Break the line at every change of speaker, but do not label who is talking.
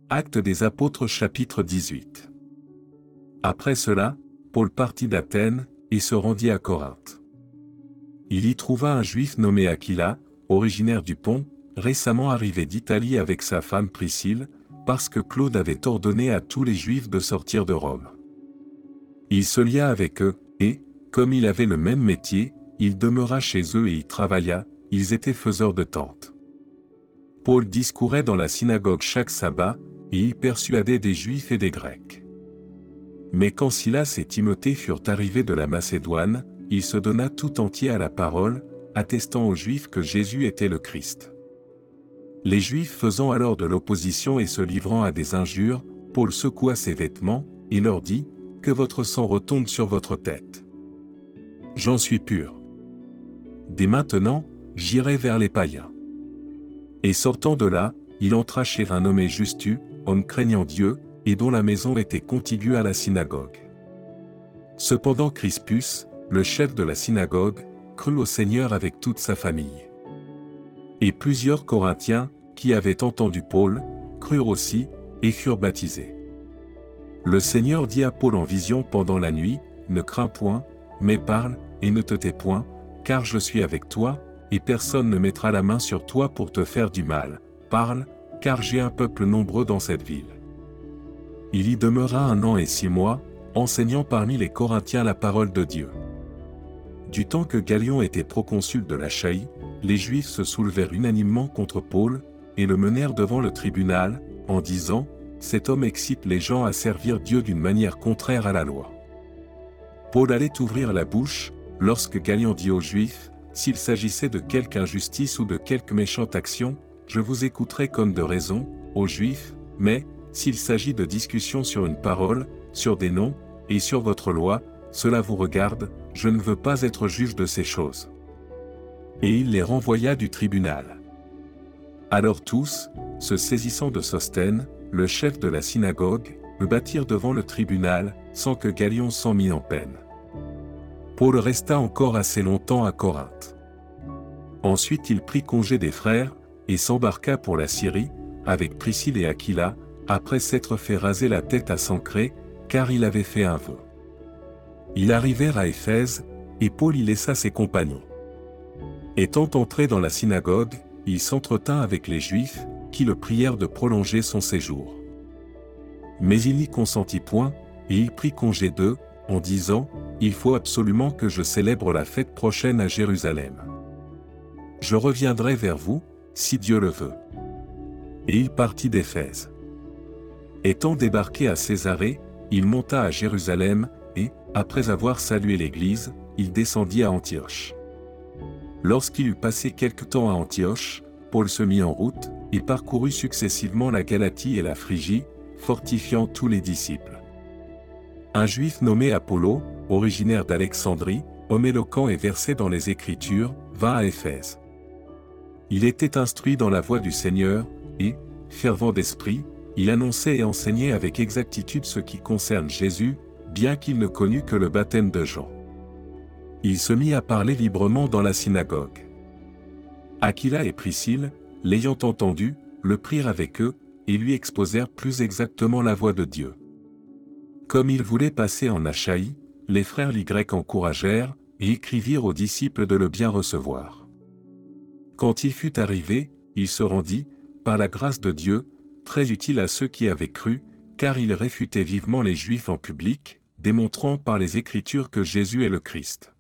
Actes des Apôtres chapitre 18. Après cela, Paul partit d'Athènes, et se rendit à Corinthe. Il y trouva un juif nommé Aquila, originaire du Pont, récemment arrivé d'Italie avec sa femme Priscille, parce que Claude avait ordonné à tous les juifs de sortir de Rome. Il se lia avec eux, et, comme il avait le même métier, il demeura chez eux et y travailla, ils étaient faiseurs de tentes. Paul discourait dans la synagogue chaque sabbat, et y persuadait des Juifs et des Grecs. Mais quand Silas et Timothée furent arrivés de la Macédoine, il se donna tout entier à la parole, attestant aux Juifs que Jésus était le Christ. Les Juifs faisant alors de l'opposition et se livrant à des injures, Paul secoua ses vêtements, et leur dit, « Que votre sang retombe sur votre tête. J'en suis pur. Dès maintenant, j'irai vers les païens. » Et sortant de là, il entra chez un nommé Justus, homme craignant Dieu, et dont la maison était contiguë à la synagogue. Cependant Crispus, le chef de la synagogue, crut au Seigneur avec toute sa famille. Et plusieurs Corinthiens, qui avaient entendu Paul, crurent aussi, et furent baptisés. Le Seigneur dit à Paul en vision pendant la nuit, « Ne crains point, mais parle, et ne te tais point, car je suis avec toi, et personne ne mettra la main sur toi pour te faire du mal. Parle, car j'ai un peuple nombreux dans cette ville. » Il y demeura 1 an et 6 mois, enseignant parmi les Corinthiens la parole de Dieu. Du temps que Galion était proconsul de l'Achaïe, les Juifs se soulevèrent unanimement contre Paul, et le menèrent devant le tribunal, en disant, « Cet homme excite les gens à servir Dieu d'une manière contraire à la loi. » Paul allait ouvrir la bouche, lorsque Galion dit aux Juifs, « S'il s'agissait de quelque injustice ou de quelque méchante action, je vous écouterai comme de raison, aux Juifs, mais, s'il s'agit de discussion sur une parole, sur des noms, et sur votre loi, cela vous regarde, je ne veux pas être juge de ces choses. » Et il les renvoya du tribunal. Alors tous, se saisissant de Sosthène, le chef de la synagogue, le battirent devant le tribunal, sans que Galion s'en mît en peine. Paul resta encore assez longtemps à Corinthe. Ensuite il prit congé des frères, et s'embarqua pour la Syrie, avec Priscille et Aquila, après s'être fait raser la tête à Sancré, car il avait fait un vœu. Ils arrivèrent à Éphèse, et Paul y laissa ses compagnons. Étant entré dans la synagogue, il s'entretint avec les Juifs, qui le prièrent de prolonger son séjour. Mais il n'y consentit point, et il prit congé d'eux, en disant, « Il faut absolument que je célèbre la fête prochaine à Jérusalem. Je reviendrai vers vous, si Dieu le veut. » Et il partit d'Éphèse. Étant débarqué à Césarée, il monta à Jérusalem, et, après avoir salué l'Église, il descendit à Antioche. Lorsqu'il eut passé quelque temps à Antioche, Paul se mit en route, et parcourut successivement la Galatie et la Phrygie, fortifiant tous les disciples. Un Juif nommé Apollo, originaire d'Alexandrie, homme éloquent et versé dans les Écritures, vint à Éphèse. Il était instruit dans la voie du Seigneur, et, fervent d'esprit, il annonçait et enseignait avec exactitude ce qui concerne Jésus, bien qu'il ne connût que le baptême de Jean. Il se mit à parler librement dans la synagogue. Aquila et Priscille, l'ayant entendu, le prirent avec eux, et lui exposèrent plus exactement la voie de Dieu. Comme il voulait passer en Achaïe, les frères Y encouragèrent, et écrivirent aux disciples de le bien recevoir. Quand il fut arrivé, il se rendit, par la grâce de Dieu, très utile à ceux qui avaient cru, car il réfutait vivement les Juifs en public, démontrant par les Écritures que Jésus est le Christ.